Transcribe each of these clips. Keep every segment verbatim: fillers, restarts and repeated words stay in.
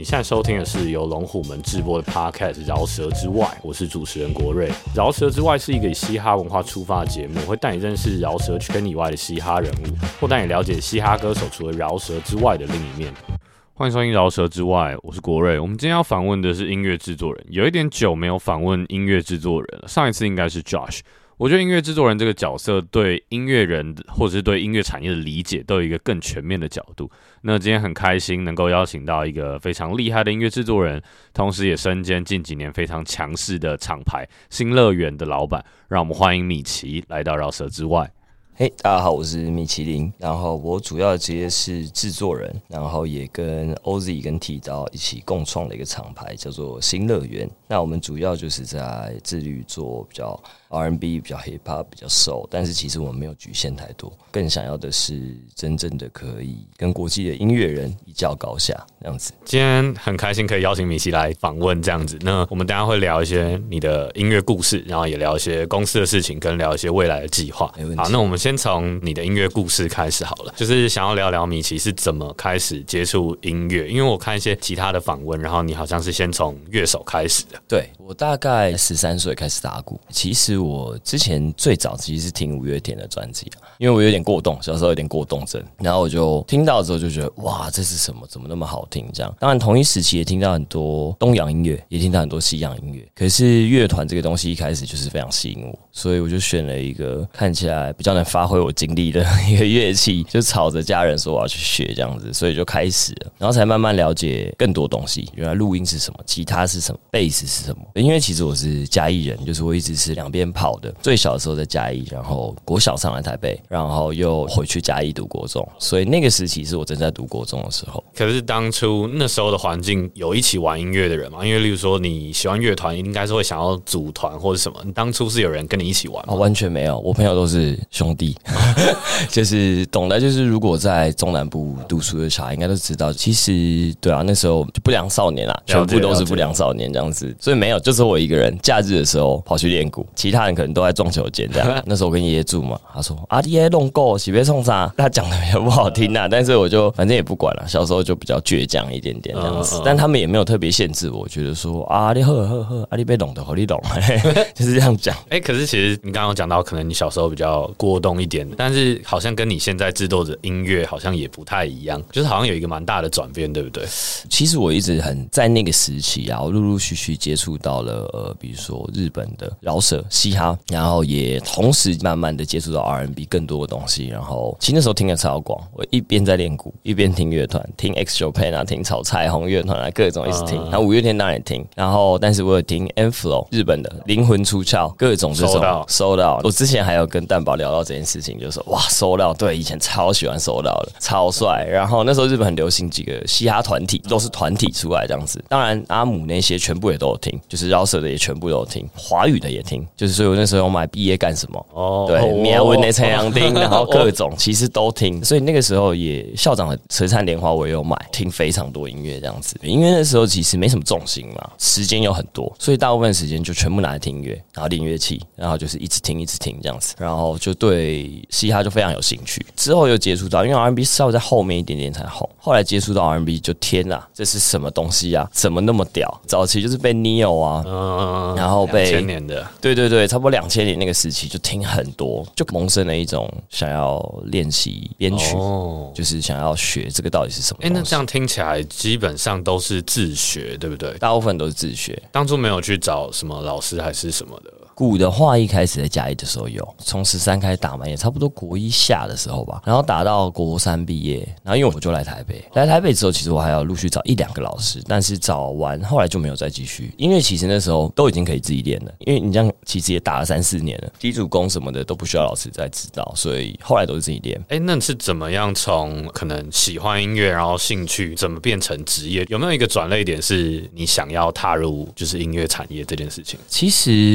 你现在收听的是由龙虎门制播的 Podcast《饶舌之外》，我是主持人国瑞。饶舌之外是一个以嘻哈文化出发的节目，会带你认识饶舌圈以外的嘻哈人物，或带你了解嘻哈歌手除了饶舌之外的另一面。欢迎收听饶舌之外，我是国瑞。我们今天要访问的是音乐制作人，有一点久没有访问音乐制作人了，上一次应该是 Josh。我觉得音乐制作人这个角色对音乐人或者是对音乐产业的理解都有一个更全面的角度。那今天很开心能够邀请到一个非常厉害的音乐制作人，同时也身兼近几年非常强势的厂牌新乐园的老板，让我们欢迎米奇来到饶舌之外。 嘿、hey, 大家好，我是米其林，然后我主要的职业是制作人，然后也跟 O Z 跟剃刀一起共创了一个厂牌，叫做新乐园。那我们主要就是在致力于做比较 R and B、比较 Hip Hop、比较 Soul， 但是其实我们没有局限太多，更想要的是真正的可以跟国际的音乐人一较高下这样子。 今天很开心可以邀请米奇来访问这样子，那我们等一下会聊一些你的音乐故事，然后也聊一些公司的事情，跟聊一些未来的计划。 没问题。 好，那我们先从你的音乐故事开始好了，就是想要聊聊米奇是怎么开始接触音乐，因为我看一些其他的访问，然后你好像是先从乐手开始的。 对，我大概十三岁开始打鼓，其实我之前最早其实是听五月天的专辑，因为我有点过动，小时候有点过动症，然后我就听到之后就觉得哇，这是什么？怎么那么好听？这样，当然同一时期也听到很多东洋音乐，也听到很多西洋音乐，可是乐团这个东西一开始就是非常吸引我，所以我就选了一个看起来比较能发挥我精力的一个乐器，就吵着家人说我要去学这样子，所以就开始了，然后才慢慢了解更多东西，原来录音是什么，吉他是什么，贝斯是什么。因为其实我是嘉义人，就是我一直是两边跑的，最小的时候在嘉义，然后国小上来台北，然后又回去嘉义读国中，所以那个时期是我正在读国中的时候。 可是当初那时候的环境有一起玩音乐的人吗？因为例如说你喜欢乐团，应该是会想要组团或者什么，你当初是有人跟你一起玩吗？ 哦，完全没有，我朋友都是兄弟，就是懂得，就是如果在中南部读书的小孩应该都知道，其实对啊，那时候就不良少年啦，全部都是不良少年这样子，所以没有，就是我一个人假日的时候跑去练鼓，其他人可能都在撞球间这样。那时候我跟爷爷住嘛，他说啊，你在弄够，喜别冲啥？他讲的也不好听啊，但是我就反正也不管了，小时候就比较倔强一点点这样子，但他们也没有特别限制我，觉得说啊，你喝喝喝，啊你被弄的，好你懂，就是这样讲。 哎、欸，可是其实你刚刚讲到，可能你小时候比较过动一点，但是好像跟你现在制作的音乐好像也不太一样，就是好像有一个蛮大的转变，对不对？ 其实我一直很在那个时期啊，我陆陆续续接触到了呃，比如说日本的饶舌、嘻哈，然后也同时慢慢的接触到 R and B 更多的东西。然后其实那时候听的超广，我一边在练鼓，一边听乐团，听 X Japan 啊，听草彩虹乐团啊，各种一直听。然后五月天当然也听，然后但是我有听 N-Flow 日本的灵魂出窍，各种这种收到收到。我之前还有跟蛋宝聊到这件事情，就是说哇，收到，对，以前超喜欢收到的，超帅。然后那时候日本很流行几个嘻哈团体，都是团体出来这样子。当然阿姆那些全部也都有听，就是饶舌的也全部都有听，华语的也听，就是所以我那时候有买毕业干什么哦，对，苗文的陈阳丁，然后各种其实都听，所以那个时候也校长的璀璨莲花我也有买，听非常多音乐这样子。因为那时候其实没什么重心嘛，时间有很多，所以大部分时间就全部拿来听音乐，然后练乐器，然后就是一直听一直听这样子，然后就对嘻哈就非常有兴趣。之后又接触到，因为 R and B 稍微在后面一点点才红，后来接触到 R and B 就天啊，这是什么东西啊？怎么那么屌？早期就是被 Neo 啊，嗯，然后被两千年的， 对对对，差不多两千年那个时期就听很多，就萌生了一种想要练习编曲，哦，就是想要学这个到底是什么东西。 哎、欸，那这样听起来基本上都是自学，对不对？ 大部分都是自学，当初没有去找什么老师还是什么的。 鼓的话，一开始在嘉义的时候有，从十三开始打嘛，也差不多国一下的时候吧，然后打到国三毕业，然后因为我就来台北，来台北之后，其实我还要陆续找一两个老师，但是找完后来就没有再继续，因为其实那时候都已经可以自己练了，因为你这样其实也打了三四年了，基础功什么的都不需要老师再指导，所以后来都是自己练。 哎、欸，那你是怎么样从可能喜欢音乐，然后兴趣怎么变成职业？有没有一个转捩点是你想要踏入就是音乐产业这件事情？ 其实我。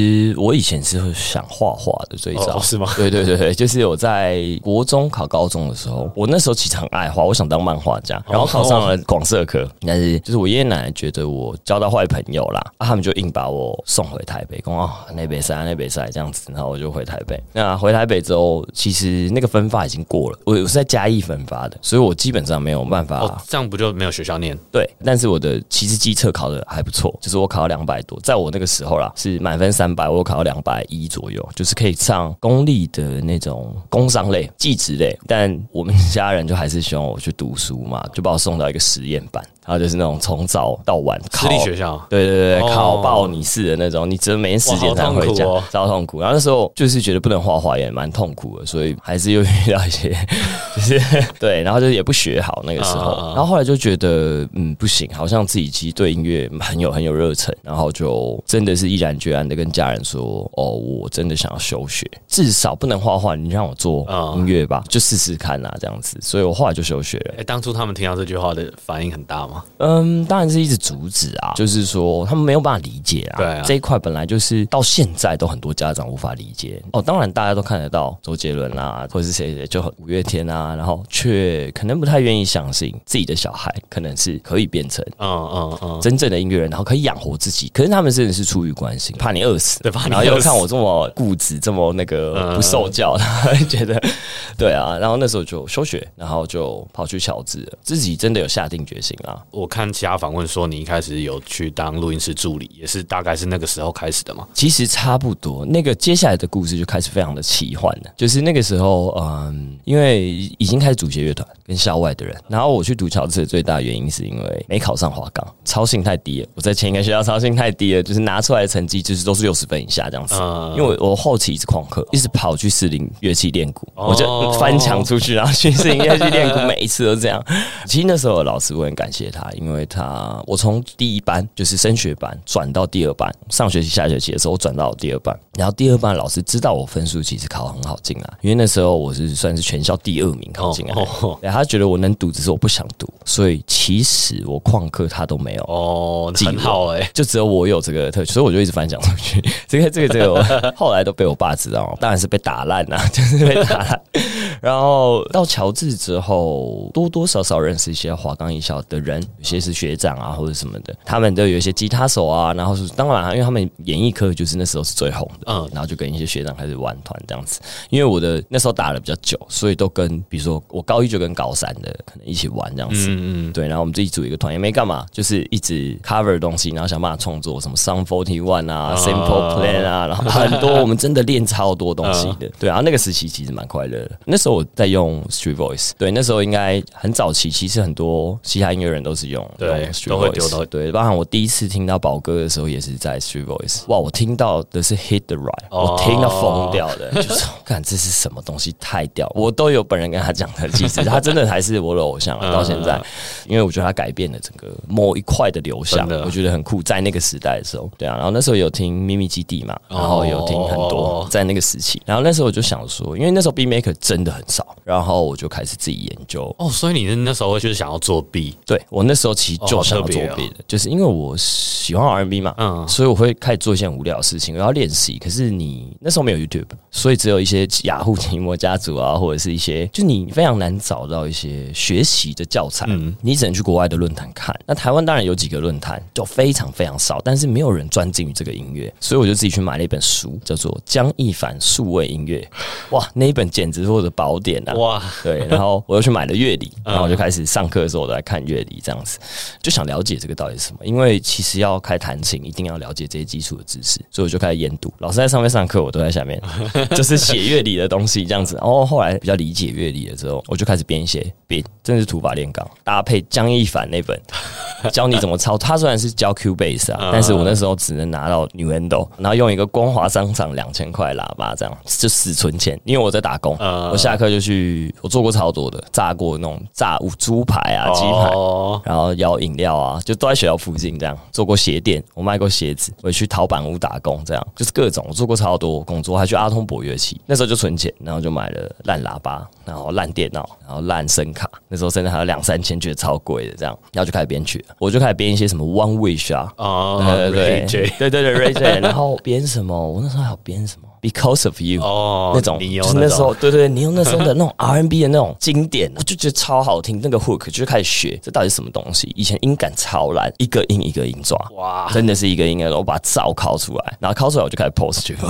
我以前是会想画画的，最早、 哦、是吗？ 对对对对，就是我在国中考高中的时候，我那时候其实很爱画，我想当漫画家，然后考上了广社科，但是就是我爷爷奶奶觉得我交到坏朋友啦，啊、他们就硬把我送回台北，跟我那北赛那北赛这样子，然后我就回台北。那回台北之后，其实那个分发已经过了，我我是在嘉义分发的，所以我基本上没有办法。 哦，这样不就没有学校念？ 对，但是我的其实基测考的还不错，就是我考到两百多，在我那个时候啦，是满分三百，我考到两百一左右，就是可以上公立的那种工商类、技职类。但我们家人就还是希望我去读书嘛，就把我送到一个实验班。然后就是那种从早到晚考私立学校， 对对对， 哦、 考爆你试的那种，你只有每天时间才回家，超痛苦。然后那时候就是觉得不能画画，也蛮痛苦的，所以还是又遇到一些，就是对，然后就也不学好那个时候。然后后来就觉得，嗯，不行，好像自己其实对音乐很有很有热忱，然后就真的是毅然决然的跟家人说，哦，我真的想要休学，至少不能画画，你让我做音乐吧，就试试看啊，这样子。所以我后来就休学了。 哎、欸，当初他们听到这句话的反应很大吗？ 嗯，当然是一直阻止啊，就是说他们没有办法理解啊。 对啊， 这一块本来就是到现在都很多家长无法理解。哦，当然大家都看得到周杰伦啊，或者是谁谁，就五月天啊，然后却可能不太愿意相信自己的小孩可能是可以变成嗯嗯嗯真正的音乐人，然后可以养活自己。可是他们真的是出于关心，怕你饿死， 对吧？ 然后又看我这么固执，这么那个不受教，他会觉得对啊。然后那时候就休学，然后就跑去乔治了，自己真的有下定决心啊。 我看其他访问说你一开始有去当录音室助理，也是大概是那个时候开始的吗？ 其实差不多，那个接下来的故事就开始非常的奇幻了。就是那个时候，嗯，因为已经开始组协乐团跟校外的人，然后我去读乔治的最大原因是因为没考上华冈，操性太低了。我在前一个学校操性太低了，就是拿出来的成绩就是都是六十分以下这样子。嗯、因为我我后期一直旷课，一直跑去士林乐器练鼓，哦、我就翻墙出去，然后去士林乐器练鼓，每一次都这样。其实那时候老师我很感谢他，因为他我从第一班就是升学班转到第二班，上学期下学期的时候我转到第二班，然后第二班老师知道我分数其实考很好进来，因为那时候我是算是全校第二名考进来，哦哦、他觉得我能读，只是我不想读，所以其实我旷课他都没有哦， 很好哎、欸， 就只有我有这个特权，所以我就一直翻墙出去。这个这个这个，我后来都被我爸知道，当然是被打烂啊，就是被打烂。然后到乔治之后，多多少少认识一些华冈艺校的人，有些是学长啊或者什么的，他们都有一些吉他手啊，然后是当然、啊，因为他们演艺科就是那时候是最红的，嗯，然后就跟一些学长开始玩团这样子。因为我的那时候打了比较久，所以都跟比如说我高一就跟高三的可能一起玩这样子，嗯嗯，对，然后我们自己组一个团也没干嘛，就是一直 cover 东西，然后想办法创作什么 Sum 四十一啊、Simple Plan 啊，然后很多我们真的练超多东西的，对啊，那个时期其实蛮快乐的。那时候我在用 Street Voice， 对，那时候应该很早期，其实很多嘻哈音乐人都是用对用 Street 都会丢到 Voice， 对，包含我第一次听到宝哥的时候也是在 Street Voice， 哇，我听到的是 Hit the Right， 我听到疯掉的，就是看这是什么东西太屌，我都有本人跟他讲的，其实他真的还是我的偶像啊，到现在，因为我觉得他改变了整个某一块的流向，我觉得很酷，在那个时代的时候，对啊，然后那时候有听秘密基地嘛，然后有听很多在那个时期，然后那时候我就想说，因为那时候 beat maker 真的很少，然后我就开始自己研究。 哦，所以你那时候就是想要做 beat？ 对，我那时候其实就想要做 beat 的，哦哦、就是因为我喜欢 R and B 嘛，嗯，所以我会开始做一些无聊的事情，我要练习。可是你那时候没有 YouTube， 所以只有一些雅虎奇摩家族啊，或者是一些，就你非常难找到一些学习的教材，嗯，你只能去国外的论坛看。那台湾当然有几个论坛，就非常非常少，但是没有人专精于这个音乐，所以我就自己去买了一本书，叫做《江一凡数位音乐》。哇，那一本简直是我的宝典啊！哇，对，然后我又去买了乐理，然后我就开始上课的时候我都在看乐理，这样子就想了解这个到底是什么。因为其实要开弹琴，一定要了解这些基础的知识，所以我就开始研读。老师在上面上课，我都在下面，就是写乐理的东西这样子。然后后来比较理解乐理了之后，我就开始编一些 beat， 真的是土法炼钢，搭配江一凡那本教你怎么操。他虽然是教 Cubase 啊，但是我那时候只能拿到 Nuendo， 然后用一个光华商场两千块喇叭这样，就死存钱。因为我在打工，我下课就去，我做过超多的，炸过那种炸猪排啊、鸡排，然后摇饮料啊，就都在学校附近这样。做过鞋店，我卖过鞋子，我也去陶板屋打工，这样就是各种。我做过超多工作，还去阿通博乐器。那时候就存钱，然后就买了烂喇叭，然后烂电脑，然后烂声卡。那时候甚至还有两三千，觉得超贵的这样，然后就开始编曲了。我就开始编一些什么 One Wish 啊，哦，对对对对对对 Ray J， 然后编编什么？我那时候还有编什么 ？Because of You 哦， 那种，就是那时候，对对，你用那时候的那种 R and B 的那种经典，我就觉得超好听。那个 hook 就开始学，这到底是什么东西？以前音感超烂，一个音一个音抓，哇，真的是一个音，我把它照拷出来，然后拷出来我就开始 post 去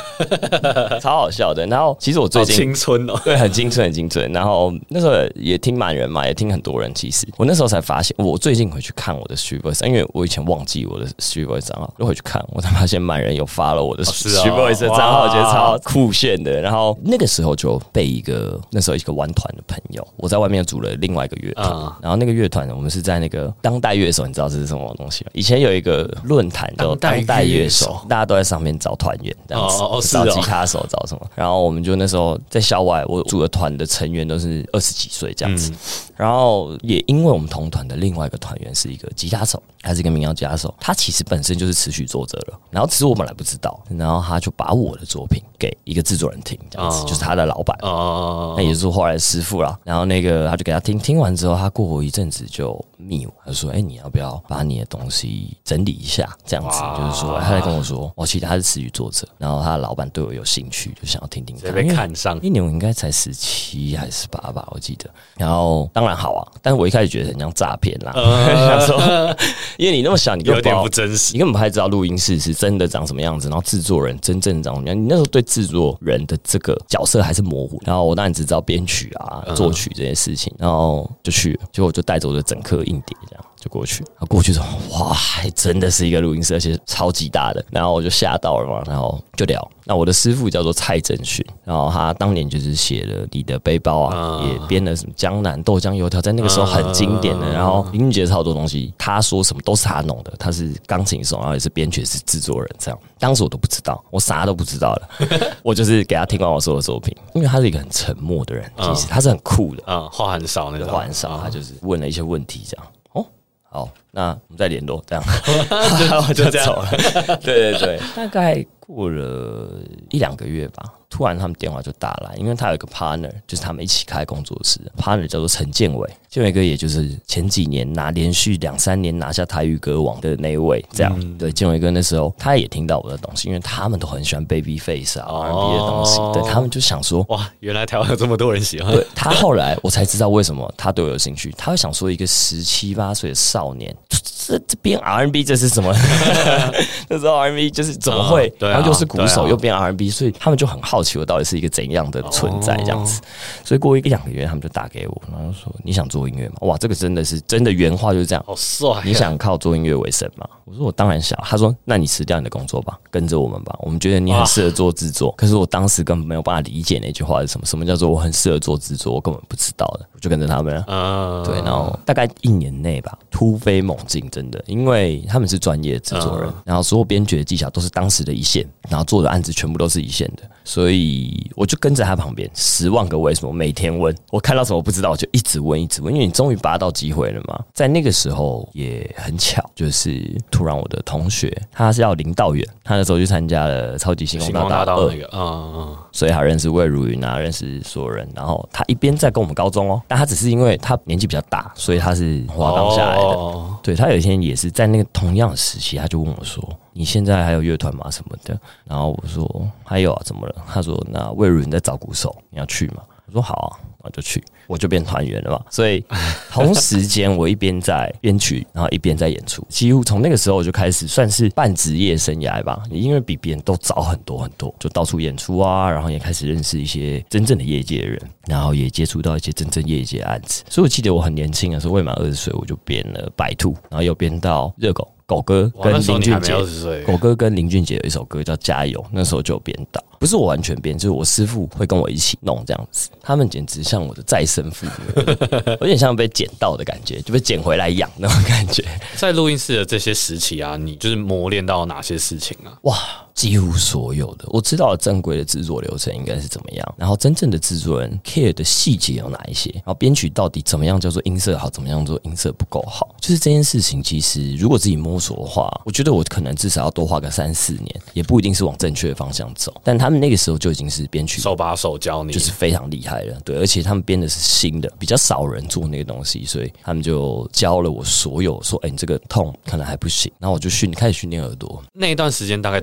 voice， 超好笑的。然后其实我最近青春哦， 对，很青春，很青春。然后那时候也听满人嘛，也听很多人。其实我那时候才发现，我最近回去看我的 Street Voice， 因为我以前忘记我的 Street Voice 账号，就回去看，我才发现满人有follow我的 Street Voice 的账号，我觉得超酷炫的。然后那个时候就被一个那时候一个玩团的朋友，我在外面组了另外一个乐团，嗯、然后那个乐团我们是在那个当代乐手，你知道这是什么东西吗？以前有一个论坛叫当代乐手，大家都在上面找团员，这样子，哦哦、找吉他手，找什么？然后我们就那时候在校外，我组的团的成员都是二十几岁这样子，嗯、然后也因为我们同团的另外一个团员是一个吉他手，他是一个民谣吉他手，他其实本身就是词曲作者了，然后只是我本来不知道，然后他就把我的作品给一个制作人听，这样子，哦、就是他的老板，哦、那也是后来的师傅啦。然后那个他就给他听，听完之后，他过一阵子就密我，他就说：“哎、欸，你要不要把你的东西整理一下？”这样子，就是说，他在跟我说，我其实他是词曲作者，然后他的老板对我有兴趣，就想要听听看。 被看上， 一年我应该才十七还是十八吧，我记得。然后当然好啊，但是我一开始觉得很像诈骗啦，想说，因为你那么小，你有点不真实， 你根本不太知道录音室是真的长什么样子，然后制作人真正长什么样，你那时候对制作人的这个角色还是模糊。然后我当然只知道编曲啊、作曲这些事情，然后就去了，结果我就带着我的整颗硬碟这样。就过去，然后过去之后，哇，还真的是一个录音室，而且超级大的。然后我就吓到了嘛，然后就聊。那我的师傅叫做蔡正勋，然后他当年就是写了《你的背包》啊，嗯、也编了什么《江南豆浆油条》，在那个时候很经典的。然后林俊杰超多东西，他说什么都是他弄的，他是钢琴手，然后也是编曲，是制作人这样。当时我都不知道，我啥都不知道了，我就是给他听完我所有的作品，因为他是一个很沉默的人，其实他是很酷的， 嗯，话很少那种， 话很少，他就是问了一些问题这样。好，那我们再联络，这样，我就走了。对对对，大概过了一两个月吧，突然他们电话就打来，因为他有一个 partner， 就是他们一起开工作室 ，partner 叫做陈建伟，建伟哥也就是前几年拿连续两三年拿下台语歌王的那一位，这样。嗯、对，建伟哥那时候他也听到我的东西，因为他们都很喜欢 Babyface 啊、哦、R and B 的东西，对他们就想说， 哇，原来台湾有这么多人喜欢。 对他后来我才知道为什么他对我有兴趣，他会想说一个十七八岁的少年，这这编 R and B 这是什么？那时候 R and B 就是怎么会？嗯啊、然后又是鼓手、啊、又编 R and B， 所以他们就很好奇我到底是一个怎样的存在这样子。哦、所以过一个两个月，他们就打给我，然后说你想做音乐吗？哇，这个真的是真的原话就是这样。 好帅、啊！ 你想靠做音乐为生吗？我说我当然想。他说那你辞掉你的工作吧，跟着我们吧。我们觉得你很适合做制作。可是我当时根本没有办法理解那句话是什么。什么叫做我很适合做制作？我根本不知道的。我就跟着他们了。嗯、对，然后大概一年内吧，突飞猛进，真的，因为他们是专业制作人，嗯、然后所有编曲的技巧都是当时的一线，然后做的案子全部都是一线的，所以我就跟着他旁边，十万个为什么，每天问，我看到什么不知道，我就一直问，一直问，因为你终于拔到机会了嘛。在那个时候也很巧，就是突然我的同学他是要领导员，他那时候去参加了超级星光大道二那个，嗯嗯，所以他认识魏如云啊，认识所有人，然后他一边在跟我们高中哦，但他只是因为他年纪比较大，所以他是华冈下来的，哦、对，他有一天也是在那个同样的时期，他就问我说，你现在还有乐团吗什么的？然后我说还有啊，怎么了？他说那魏如云在找鼓手，你要去吗？我说好啊，然后就去，我就变团员了嘛。所以同时间我一边在编曲，然后一边在演出，几乎从那个时候我就开始算是半职业生涯吧，因为比别人都早很多很多，就到处演出啊，然后也开始认识一些真正的业界的人，然后也接触到一些真正业界的案子。所以我记得我很年轻的时候，未满二十岁，我就编了白兔，然后又编到热狗。狗哥跟林俊杰，狗哥跟林俊杰有一首歌叫《加油》，那时候就有编到，不是我完全编，就是我师父会跟我一起弄这样子。他们简直像我的再生父母，有点像被捡到的感觉，就被捡回来养那种感觉。 在录音室的这些时期啊，你就是磨练到哪些事情啊？ 哇！几乎所有的我知道的正规的制作流程应该是怎么样，然后真正的制作人 care 的细节有哪一些，然后编曲到底怎么样叫做音色好，怎么样做音色不够好，就是这件事情其实如果自己摸索的话，我觉得我可能至少要多花个三四年，也不一定是往正确的方向走。但他们那个时候就已经是编曲手把手教你， 就是非常厉害了，对，而且他们编的是新的，比较少人做那个东西，所以他们就教了我所有，说，哎、欸，你这个痛可能还不行，然后我就训开始训练耳朵。 那一段时间大概多长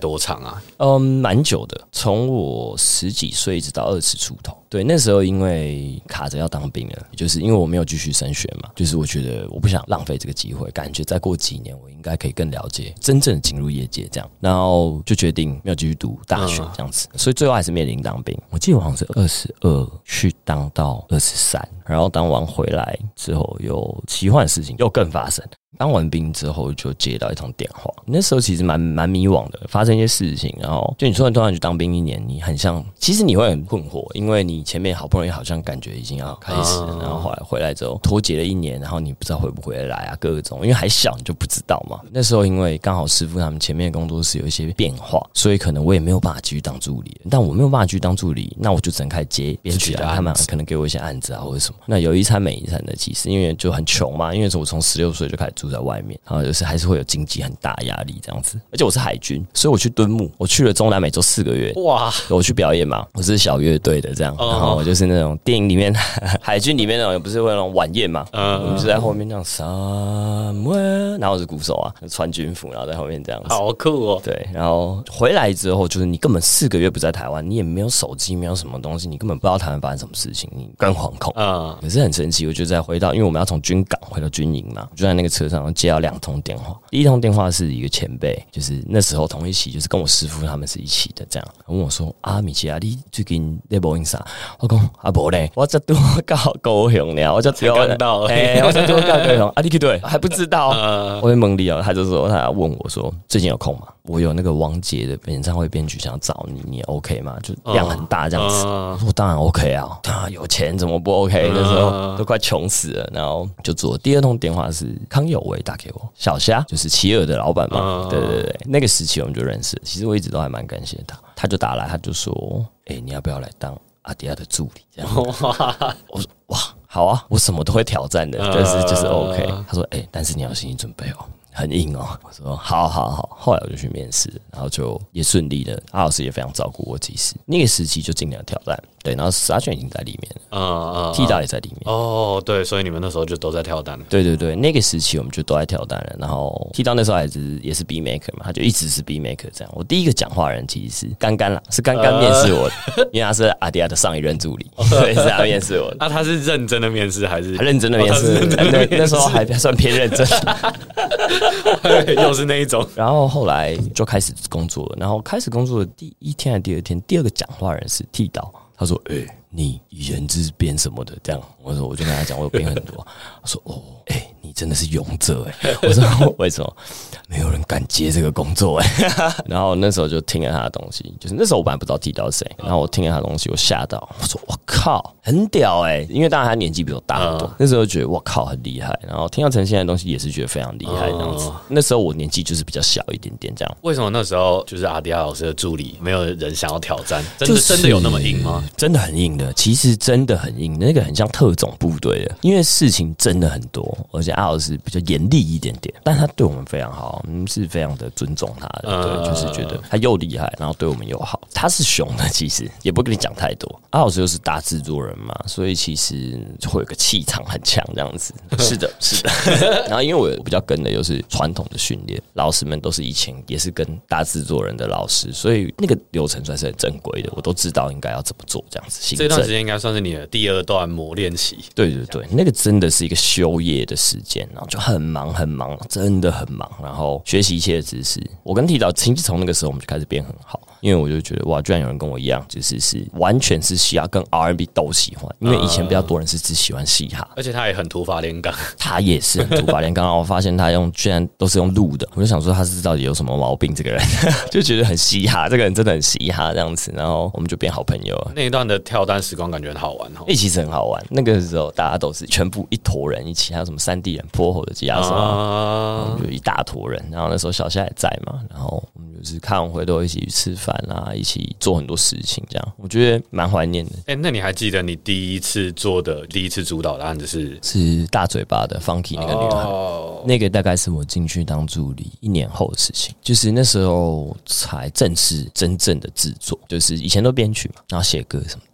啊？ 嗯，蛮久的，从我十几岁一直到二十出头。对，那时候因为卡着要当兵了，就是因为我没有继续升学嘛，就是我觉得我不想浪费这个机会，感觉再过几年我应该可以更了解真正进入业界这样，然后就决定没有继续读大学这样子，嗯、所以最后还是面临当兵。我记得我好像是二十二去当到二十三，然后当完回来之后，有奇幻的事情又更发生。当完兵之后就接到一通电话，那时候其实蛮蛮迷惘的，发生一些事情，然后就你突然突然去当兵一年，你很像，其实你会很困惑，因为你前面好不容易好像感觉已经要开始了，然后后来回来之后脱节了一年，然后你不知道回不回来啊，各种，因为还小你就不知道嘛。那时候因为刚好师傅他们前面的工作室有一些变化，所以可能我也没有办法继续当助理，但我没有办法继续当助理，那我就只能开始接编曲啊，他们可能给我一些案子啊或者什么。那有一餐没一餐的，其实因为就很穷嘛，因为我从十六岁就开始住在外面，然后就是还是会有经济很大压力这样子。而且我是海军，所以我去敦睦，我去了中南美洲四个月。哇！我去表演嘛，我是小乐队的这样，然后我就是那种电影里面海军里面那种，不是会有那种晚宴嘛，嗯、我们就在后面这样 somewhere， 然后我是鼓手啊，穿军服，然后在后面这样子， 好酷哦。 对，然后回来之后，就是你根本四个月不在台湾，你也没有手机，没有什么东西，你根本不知道台湾发生什么事情，你更惶恐。嗯，可是很神奇，我就在回到，因为我们要从军港回到军营嘛，我就在那个车上接到两通电话。第一通电话是一个前辈，就是那时候同一期，就是跟我师父他们是一起的，这样问我说：“啊，米奇啊，你最近在播音啥？”我讲：“啊，无嘞，我才拄到高雄呢，我才刚到，哎、欸，我才拄到高雄，啊，你去对还不知道。嗯”我在蒙里哦，他就说他要问我说：“最近有空吗？我有那个王杰的演唱会编曲想要找你，你 OK 吗？就量很大这样子。嗯”我说：“当然 OK 啊，啊，有钱怎么不 OK？、嗯、那时候都快穷死了。”然后就做第二通电话是康有为打给我，小虾就是奇尔的老板嘛，嗯、对对对，那个时期我们就认识。其实我一直都还蛮感谢他，他就打来，他就说：“哎、欸，你要不要来当阿迪亚的助理？”这样，我说：“哇，好啊，我什么都会挑战的，但是就是 OK。”他说：“哎、欸，但是你要有心理准备哦。”很硬哦，我说好好好，后来我就去面试，然后就也顺利的，阿老师也非常照顾我。其实那个时期就尽量挑战，对，然后沙圈已经在里面了，嗯嗯，T大也在里面。 哦，对，所以你们那时候就都在跳蛋。 对对对，那个时期我们就都在跳蛋了。然后 T 大那时候还是也是 B maker 嘛，他就一直是 B maker 这样。我第一个讲话人其实是干干啦，是干干面试我的，呃、因为他是阿迪亚的上一任助理，所以是他面试我的。 那、啊、他是认真的面试还是认真的面试？哦、那那时候还算偏认真。 又是那一种， 然后后来就开始工作了，然后开始工作的第一天还是第二天，第二个讲话人是剃刀，他说：“哎、欸，你以前是编什么的？”这样，我说我就跟他讲，我有编很多。他说：“哦，哎、欸，你真的是勇者哎、欸！”我说：“为什么？没有人敢接这个工作哎、欸。”然后那时候就听了他的东西，就是那时候我本来不知道剃刀是谁，然后我听了他的东西，我吓到，我说：“我靠，很屌哎、欸！”因为当然他年纪比我大很多，嗯、那时候觉得我靠很厉害，然后听到陈现在的东西也是觉得非常厉害这样子。嗯、那时候我年纪就是比较小一点点这样。 为什么那时候就是阿迪亚老师的助理，没有人想要挑战？真的、就是、真的有那么硬吗？ 真的很硬的，其实真的很硬，那个很像特种部队的，因为事情真的很多，而且阿老师比较严厉一点点，但他对我们非常好，我们是非常的尊重他的，对，呃、就是觉得他又厉害，然后对我们又好。他是凶的，其实也不跟你讲太多。阿老师又是大制作人嘛，所以其实会有个气场很强这样子。是的，是的。然后因为我比较跟的又是传统的训练，老师们都是以前也是跟大制作人的老师，所以那个流程算是很正规的，我都知道应该要怎么做这样子。 这段时间应该算是你的第二段磨练期。 对对对，那个真的是一个休业的时间，然后就很忙很忙，真的很忙，然后学习一切的知识。我跟剃刀其实从那个时候我们就开始变很好，因为我就觉得哇，居然有人跟我一样，就是是完全是嘻哈跟 R and B 都喜欢，因为以前比较多人是只喜欢嘻哈， 而且他也很土法炼钢， 他也是很土法炼钢。我发现他用居然都是用录的，我就想说他是到底有什么毛病？这个人就觉得很嘻哈，这个人真的很嘻哈这样子，然后我们就变好朋友了。 那一段的跳单时光感觉很好玩哦， 欸，其实很好玩。那个时候大家都是全部一坨人一起，还有什么山地人、坡后的吉他手，啊，就一大坨人。然后那时候小夏也在嘛，然后我们就是看完回都一起去吃饭啊，一起做很多事情，这样我觉得蛮怀念的。 哎，欸，那你还记得你第一次做的、第一次主导的案子是是大嘴巴的 Funky 那个女孩，哦，那个大概是我进去当助理一年后的事情，就是那时候才正式真正的制作，就是以前都编曲嘛，然后写歌什么的。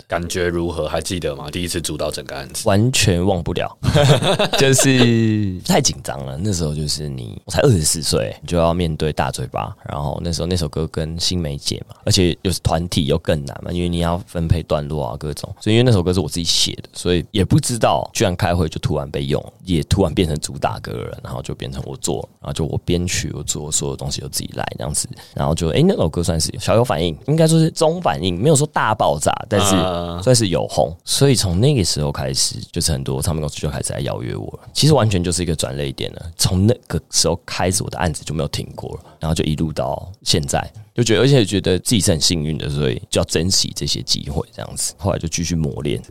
感觉如何？还记得吗？第一次主导整个案子， 完全忘不了，就是太紧张了。那时候就是你，我才二十四岁，就要面对大嘴巴。然后那时候那首歌跟新梅姐嘛，而且又是团体又更难嘛，因为你要分配段落啊各种。所以因为那首歌是我自己写的，所以也不知道，居然开会就突然被用，也突然变成主打歌了，然后就变成我做，然后就我编曲，我做所有东西都自己来这样子，然后就哎、欸、那首歌算是小有反应，应该说是中反应，没有说大爆炸，但是算是有红。所以从那个时候开始，就是很多唱片公司就开始来邀约我了。其实完全就是一个转捩点了，从那个时候开始，我的案子就没有停过了，然后就一路到现在。就觉得，而且觉得自己是很幸运的，所以就要珍惜这些机会，这样子。后来就继续磨练。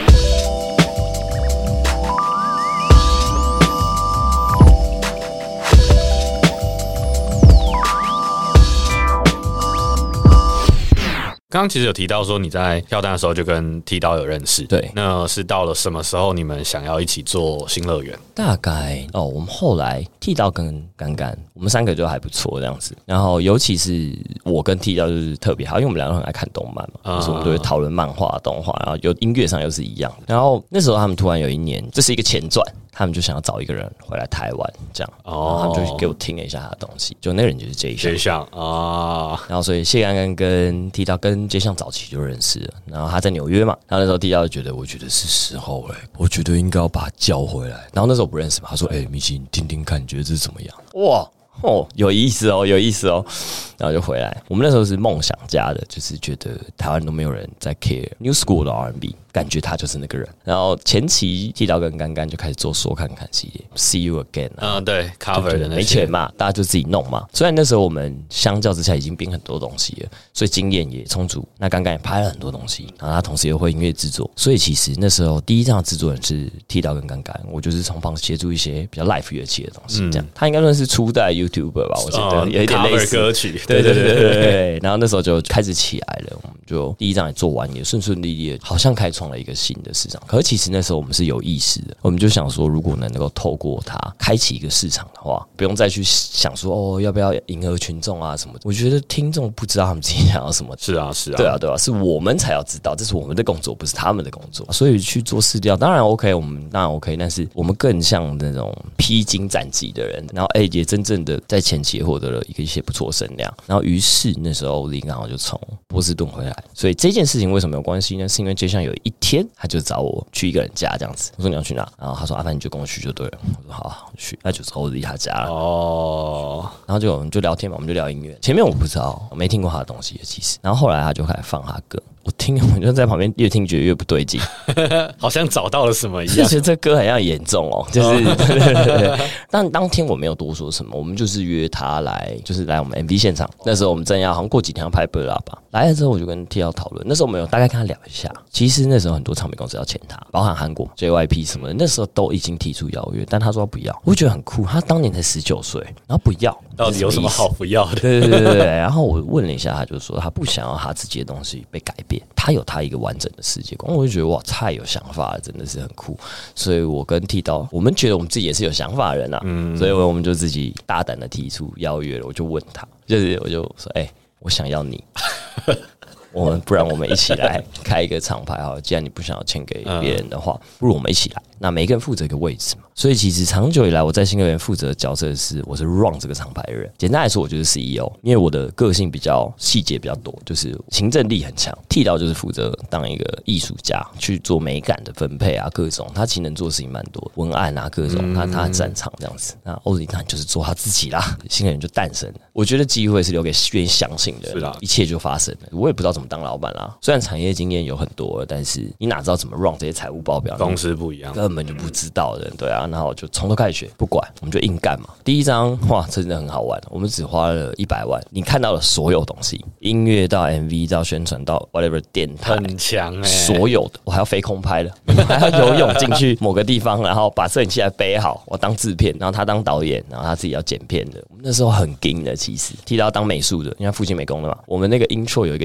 刚刚其实有提到说你在跳蛋的时候就跟剃刀有认识， 对， 那是到了什么时候你们想要一起做新乐园？ 大概哦，我们后来剃刀跟干干，我们三个就还不错这样子。然后尤其是我跟剃刀就是特别好，因为我们两个很爱看动漫嘛，嗯、所以我们都会讨论漫画、动画，然后有音乐上又是一样的。然后那时候他们突然有一年，这是一个前传。他们就想要找一个人回来台湾，这样，然后他们就给我听了一下他的东西，就那个人就是 J 项 ，J 项啊， 然后所以谢干干跟剃刀跟 J 项早期就认识了，然后他在纽约嘛，然后那时候剃刀就觉得，我觉得是时候哎、欸，我觉得应该要把他叫回来，然后那时候我不认识嘛，他说，哎、欸，米奇，你听听看，你觉得这是怎么样？哇！哦，有意思哦，有意思哦，然后就回来。我们那时候是梦想家的，就是觉得台湾都没有人在 care New School 的 R and B， 感觉他就是那个人。然后前期剃刀跟干干就开始做说看看系列 ，See You Again 啊， 嗯，对 ，cover 的那些没钱嘛，大家就自己弄嘛。虽然那时候我们相较之下已经编很多东西了，所以经验也充足。那干干也拍了很多东西，然后他同时也会音乐制作，所以其实那时候第一张的制作人是剃刀跟干干，我就是从旁协助一些比较 live 乐器的东西，这样。嗯、他应该算是初代 YouTuber 吧，我觉得有一点类似歌曲， 对对对对 对, 对。然后那时候就开始起来了，我们就第一张也做完，也顺顺利利的，好像开创了一个新的市场。可是其实那时候我们是有意识的，我们就想说，如果能够透过它开启一个市场的话，不用再去想说哦要不要迎合群众啊什么的。我觉得听众不知道他们自己想要什么， 是啊是啊， 对啊对啊，是我们才要知道，这是我们的工作，不是他们的工作。所以去做市调，当然 OK， 我们当然 OK， 但是我们更像那种披荆斩棘的人，然后哎、欸、也真正的在前期获得了一个一些不错的声量。然后于是那时候林刚好就从波士顿回来，所以这件事情为什么有关系呢？是因为就像有一天他就找我去一个人家这样子，我说你要去哪？然后他说阿凡你就跟我去就对了。我说好啊，我去，那就抽离他家了。哦，然后就我们就聊天嘛，我们就聊音乐。前面我不知道，我没听过他的东西其实。然后后来他就开始放他歌。我听，我就在旁边越听觉得越不对劲， 好像找到了什么一样。 觉得这歌好像严重哦，就是、哦、对对对对。但当天我没有多说什么，我们就是约他来，就是来我们 M V 现场。那时候我们正要好像过几天要拍 Bella 吧，来了之后我就跟 T L 讨论。那时候我们有大概跟他聊一下，其实那时候很多唱片公司要签他，包含韩国 J Y P 什么的，那时候都已经提出邀约，但他说不要。我就觉得很酷，他当年才十九岁，然后不要， 到底有什么好不要的？ 对对对对对。然后我问了一下，他就说他不想要他自己的东西被改变。他有他一个完整的世界观，我就觉得哇，太有想法了，真的是很酷。所以我跟剃刀，我们觉得我们自己也是有想法的人啊，嗯、所以我们就自己大胆的提出邀约了。我就问他，就是我就说，哎、欸，我想要你，我们不然我们一起来开一个厂牌好了。既然你不想要签给别人的话，不如我们一起来。那每一个人负责一个位置嘛，所以其实长久以来我在新乐园负责的角色是我是 run 这个厂牌的人。简单来说，我就是 C E O， 因为我的个性比较细节比较多，就是行政力很强。剃刀就是负责当一个艺术家，去做美感的分配啊，各种他其实能做的事情蛮多，文案啊各种，他他很擅长这样子。那欧里当然就是做他自己啦，新乐园就诞生了。我觉得机会是留给愿意相信的人，一切就发生了。我也不知道怎么当老板啦，虽然产业经验有很多了，但是你哪知道怎么 run 这些财务报表？ 公司不一样， 根本就不知道的，对啊。然后就从头开始学，不管我们就硬干嘛。第一张哇，真的很好玩，我们只花了一百万，你看到了所有东西，音乐到 M V 到宣传到 whatever 电台， 很强哎、欸， 所有的我还要飞空拍的，还要游泳进去某个地方，然后把摄影器材背好，我当制片，然后他当导演，然后他自己要剪片的。我们那时候很硬的，其实提到当美术的，因为他父亲美工的嘛。我们那个 intro 有一个油灯，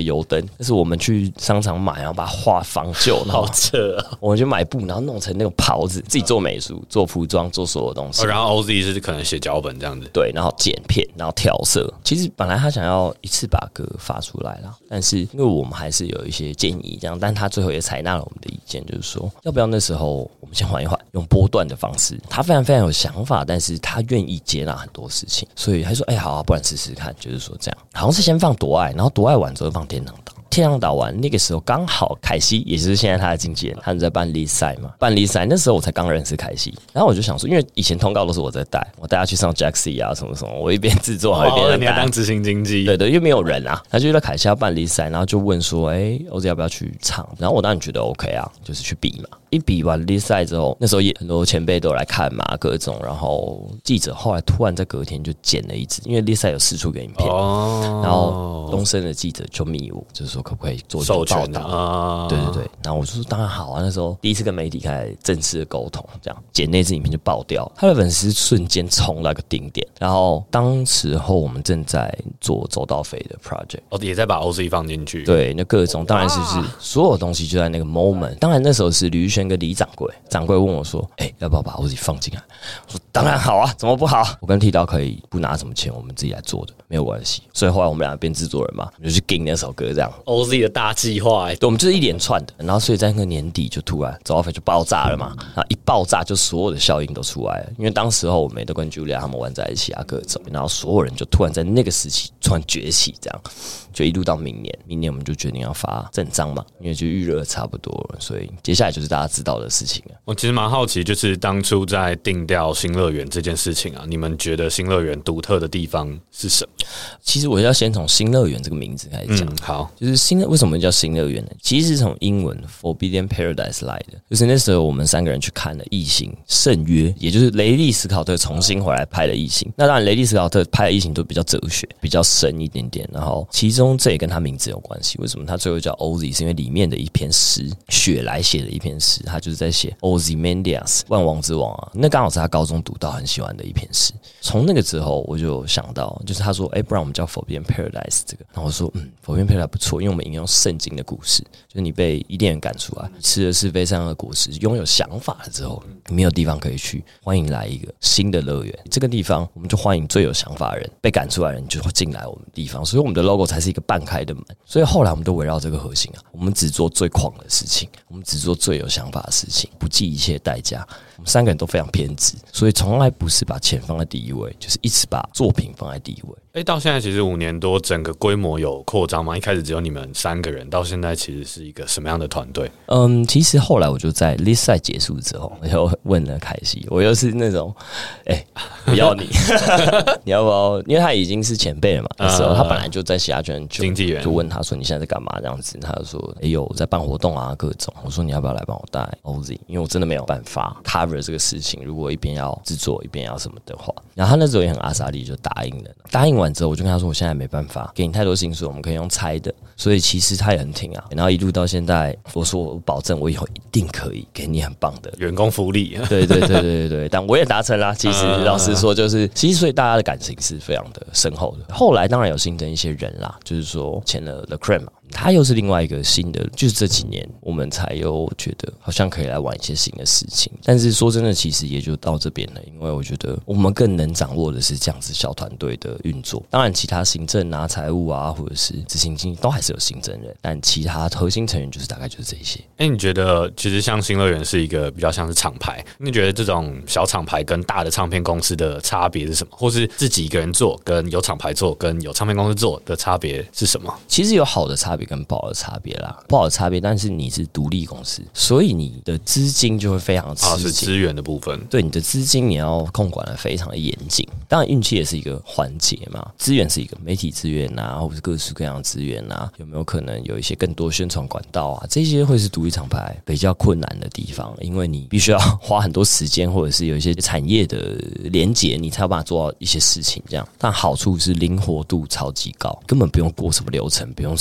但是我们去商场买，然后把它画仿旧， 好扯啊！ 我们就买布，然后弄成那个袍子，自己做美术、做服装、做所有东西。 哦、然后 O Z 是可能写脚本这样子， 对，然后剪片，然后调色。其实本来他想要一次把歌发出来啦，但是因为我们还是有一些建议，这样，但他最后也采纳了我们的意见，就是说要不要那时候我们先缓一缓，用波段的方式。他非常非常有想法，但是他愿意接纳很多事情，所以他说：“哎、欸，好啊，不然试试看。”就是说这样，好像是先放夺爱，然后夺爱完之后放天堂岛。天堂岛完那个时候刚好凯西，也就是现在他的经纪人，他们在办离赛嘛，办离赛那时候我才刚认识凯西，然后我就想说，因为以前通告都是我在带，我带他去上 Jaxi 啊什么什么，我一边制作，一边在带， 你要当执行经纪， 对对，因为没有人啊，他就觉得凯西要办离赛，然后就问说，哎、欸、，O Z 要不要去唱？然后我当然觉得 OK 啊，就是去比嘛。一比完离赛之后，那时候也很多前辈都有来看嘛，各种，然后记者后来突然在隔天就剪了一支，因为离赛有释出个影片，哦、然后东森的记者就密我，就是说可不可以做授权报道啊？ 对对对，然后我就说当然好啊，那时候第一次跟媒体开始正式的沟通，这样剪那支影片就爆掉，他的粉丝瞬间冲到一个顶点，然后当时候我们正在做周到飞的 project， 哦，也在把 O Z 放进去， 对，那各种当然是是所有东西就在那个 moment， 当然那时候是吕玉轩跟李掌柜，掌柜问我说：“哎、欸，要不要把 O Z 放进来？”我说：“当然好啊，怎么不好？我跟剃刀可以不拿什么钱，我们自己来做的，没有关系。”所以后来我们两个变制作人嘛，我们就去跟那首歌这样 O Z 的大计划，哎， 对，我们就是一连串的，然后所以在那个年底就突然周到飞就爆炸了嘛，然后一爆炸就所有的效应都出来了，因为当时候我们也都跟 Julia 他们玩在一起啊，各种，然后所有人就突然在那个时期突然崛起，这样就一路到明年，明年我们就决定要发正章嘛，因为就预热差不多了，所以接下来就是大家知道的事情了。 我其实蛮好奇，就是当初在定调新乐园这件事情啊，你们觉得新乐园独特的地方是什么？ 其实我要先从新乐园这个名字开始讲、 嗯。好， 就是新为什么叫新乐园呢？其实是从英文 Forbidden Paradise 来的，就是那时候我们三个人去看了《异形：圣约》，也就是雷利·史考特重新回来拍的《异形》。那当然，雷利·史考特拍的《异形》都比较哲学，比较深一点点。然后其中这也跟他名字有关系。为什么他最后叫 O Z？ 是因为里面的一篇诗，雪莱写的一篇诗，他就是在写 Ozymandias 万王之王啊。那刚好是他高中读到很喜欢的一篇诗。从那个之后，我就想到，就是他说，哎、欸，不然我们叫 Forbidden Paradise 这个。然后我说，嗯 ，Forbidden Paradise 不错，因为我们引用圣经的故事，就是你被伊甸园赶出来，吃了是非善恶果实，拥有想法了之后，没有地方可以去，欢迎来一个新的乐园。这个地方，我们就欢迎最有想法的人，被赶出来的人就会进来我们地方，所以我们的 logo 才是一个半开的门。所以后来我们都围绕这个核心啊，我们只做最狂的事情，我们只做最有想法的事情，不计一切代价。我们三个人都非常偏执，所以从来不是把钱放在第一位，就是一直把作品放在第一位。 哎、欸，到现在其实五年多，整个规模有扩张吗？一开始只有你们三个人，到现在其实是一个什么样的团队？ 嗯，其实后来我就在 list 赛结束之后，我又问了凯西，我又是那种，哎、欸，不要你，你要不要？因为他已经是前辈了嘛，那时候他本来就在其他圈就经纪人， 就问他说你现在在干嘛这样子，他就说哎呦、欸、在办活动啊各种，我说你要不要来帮我带 O Z？ 因为我真的没有办法 cover 这个事情，如果一边要制作一边要什么的话，然后他那时候也很阿莎力就答应了，答应完之后我就跟他说我现在没办法给你太多薪水，我们可以用猜的，所以其实他也很挺啊，然后一路到现在，我说我保证我以后一定可以给你很棒的员工福利， 对对对对对对，但我也达成啦。其实老实说，就是其实所以大家的感情是非常的深厚的。后来当然有新增一些人啦，就是说签了 The Cream 嘛。他又是另外一个新的，就是这几年我们才又觉得好像可以来玩一些新的事情。但是说真的，其实也就到这边了，因为我觉得我们更能掌握的是这样子小团队的运作。当然，其他行政啊、财务啊，或者是执行经理都还是有新增人，但其他核心成员就是大概就是这一些。 哎、欸，你觉得其实像新乐园是一个比较像是厂牌，你觉得这种小厂牌跟大的唱片公司的差别是什么？或是自己一个人做跟有厂牌做跟有唱片公司做的差别是什么？ 其实有好的差别跟不好的差别啦，不好的差别，但是你是独立公司，所以你的资金就会非常吃紧， 啊，是资源的部分。 对，你的资金你要控管的非常的严谨。当然运气也是一个环节嘛，资源是一个媒体资源啊，或者是各式各样的资源啊，有没有可能有一些更多宣传管道啊？这些会是独立厂牌比较困难的地方，因为你必须要花很多时间，或者是有一些产业的连结，你才有办法做到一些事情。这样，但好处是灵活度超级高，根本不用过什么流程，不用什么什么，你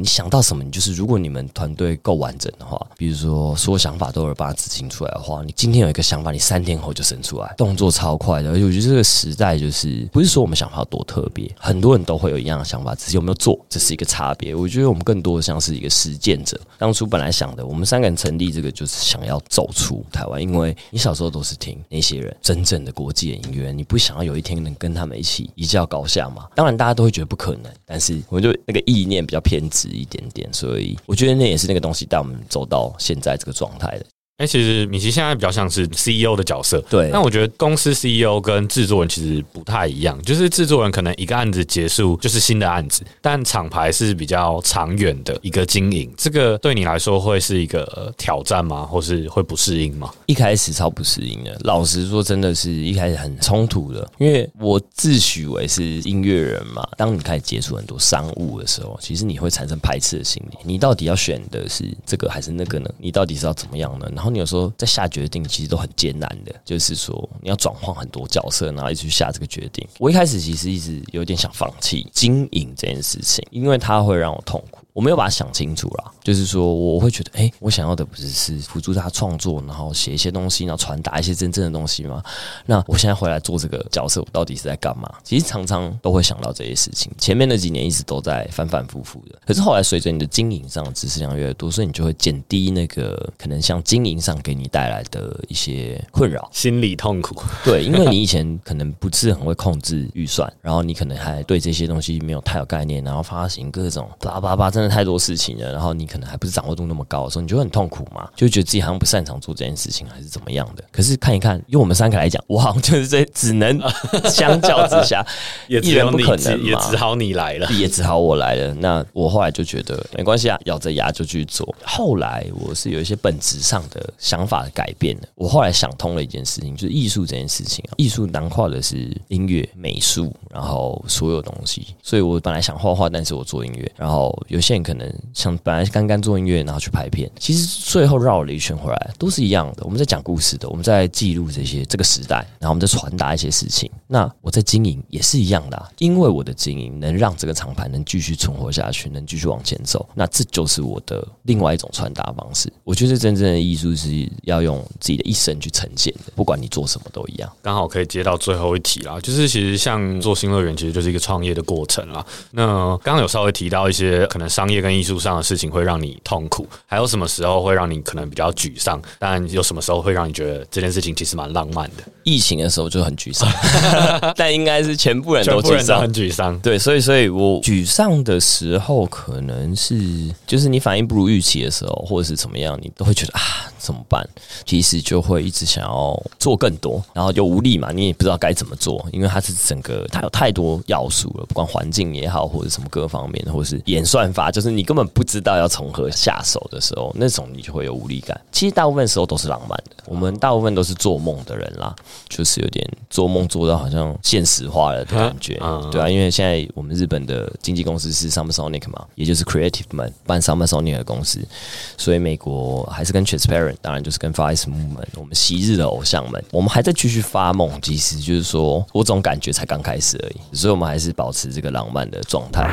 想到什么，你就是如果你们团队够完整的话，比如说所有想法都有把它执行出来的话，你今天有一个想法，你三天后就生出来，动作超快的。而且我觉得这个时代就是不是说我们想法有多特别，很多人都会有一样的想法，只是有没有做，这是一个差别。我觉得我们更多的像是一个实践者。当初本来想的，我们三个人成立这个就是想要走出台湾，因为你小时候都是听那些人真正的国际的音乐，你不想要有一天能跟他们一起一较高下嘛？当然大家都会觉得不可能，但是我就那个意念比较偏执一点点，所以我觉得那也是那个东西带我们走到现在这个状态的。 哎、欸，其实米奇现在比较像是 C E O 的角色， 对。 但我觉得公司 C E O 跟制作人其实不太一样，就是制作人可能一个案子结束就是新的案子，但厂牌是比较长远的一个经营。这个对你来说会是一个挑战吗？或是会不适应吗？ 一开始超不适应的，老实说，真的是一开始很冲突的，因为我自诩为是音乐人嘛。当你开始接触很多商务的时候，其实你会产生排斥的心理。你到底要选的是这个还是那个呢？你到底是要怎么样呢？然后你有时候在下决定其实都很艰难的，就是说你要转换很多角色，然后一直去下这个决定。我一开始其实一直有点想放弃经营这件事情，因为它会让我痛苦。我没有把它想清楚啦，就是说我会觉得，哎、欸，我想要的不是是辅助他创作，然后写一些东西，然后传达一些真正的东西吗？那我现在回来做这个角色，我到底是在干嘛？其实常常都会想到这些事情。前面那几年一直都在反反复复的，可是后来随着你的经营上的知识量越来越多，所以你就会减低那个可能像经营上给你带来的一些困扰、 心理痛苦。 对，因为你以前可能不是很会控制预算，然后你可能还对这些东西没有太有概念，然后发行各种叭叭叭，真的太多事情了，然后你可能还不是掌握度那么高的时候，你就会很痛苦嘛，就会觉得自己好像不擅长做这件事情，还是怎么样的。可是看一看，用我们三个来讲，我好像就是这只能相较之下， 也只有你，也只好你来了， 也只好我来了。那我后来就觉得没关系啊，咬着牙就去做。后来我是有一些本质上的想法的改变的。我后来想通了一件事情，就是艺术这件事情啊，艺术囊括的是音乐、美术，然后所有东西。所以我本来想画画，但是我做音乐。然后有些人可能想本来刚刚做音乐，然后去拍片，其实最后绕了一圈回来，都是一样的。我们在讲故事的，我们在记录这些这个时代，然后我们在传达一些事情。那我在经营也是一样的、啊，因为我的经营能让这个厂牌能继续存活下去，能继续往前走，那这就是我的另外一种传达方式。我觉得真正的艺术是要用自己的一生去呈现的，不管你做什么都一样。 刚好可以接到最后一题啦，就是其实像做新乐园，其实就是一个创业的过程啦。那刚刚有稍微提到一些可能商业跟艺术上的事情会让你痛苦，还有什么时候会让你可能比较沮丧？但有什么时候会让你觉得这件事情其实蛮浪漫的？ 疫情的时候就很沮丧，但应该是全部人都沮丧，全部人都很沮丧。 对，所以所以我沮丧的时候，可能是就是你反应不如预期的时候，或者是怎么样，你都会觉得啊怎么办？其实就会一直想要做更多，然后就无力嘛，你也不知道该怎么做，因为它是整个它有太多要素了，不管环境也好，或者什么各方面，或者是演算法，就是你根本不知道要从何下手的时候，那种你就会有无力感。其实大部分时候都是浪漫的，我们大部分都是做梦的人啦，就是有点做梦做到好像现实化了的感觉，嗯、对啊，因为现在我们日本的经纪公司是 Summer Sonic 嘛，也就是 Creative 们办 Summer Sonic 的公司，所以美国还是跟 Transparent， 当然就是跟 Far East Movement， 我们昔日的偶像们，我们还在继续发梦，其实就是说我总感觉才刚开始而已，所以我们还是保持这个浪漫的状态。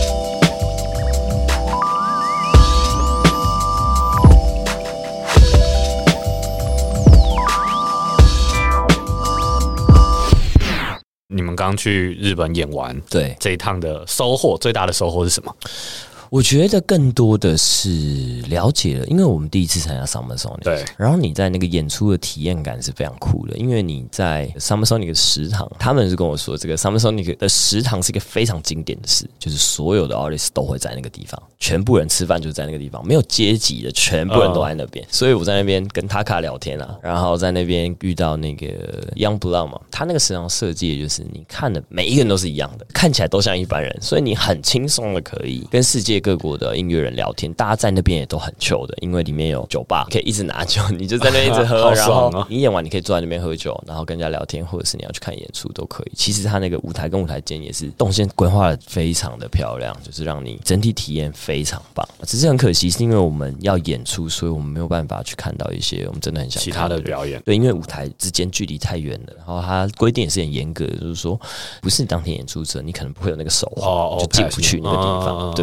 你们刚去日本演完， 对这一趟的收获，最大的收获是什么？ 我觉得更多的是了解了，因为我们第一次参加 Summer Sonic， 对， 然后你在那个演出的体验感是非常酷的，因为你在 Summer Sonic 的食堂，他们是跟我说，这个 Summer Sonic 的食堂是一个非常经典的事，就是所有的 artist 都会在那个地方，全部人吃饭就是在那个地方，没有阶级的，全部人都在那边， uh. 所以我在那边跟 Taka 聊天啊，然后在那边遇到那个 Young Blood 嘛，他那个食堂设计的就是你看的每一个人都是一样的，看起来都像一般人，所以你很轻松的可以跟世界各国的音乐人聊天，大家在那边也都很 chill 的，因为里面有酒吧，可以一直拿酒，你就在那边一直喝，然后你演完你可以坐在那边喝酒，然后跟人家聊天，或者是你要去看演出都可以。其实他那个舞台跟舞台间也是动线规划的非常的漂亮，就是让你整体体验非常棒。只是很可惜，是因为我们要演出，所以我们没有办法去看到一些我们真的很想看的其他的表演。 对，因为舞台之间距离太远了，然后它规定也是很严格的，就是说不是当天演出者，你可能不会有那个手环，哦、就进不去那个地方。哦、对对对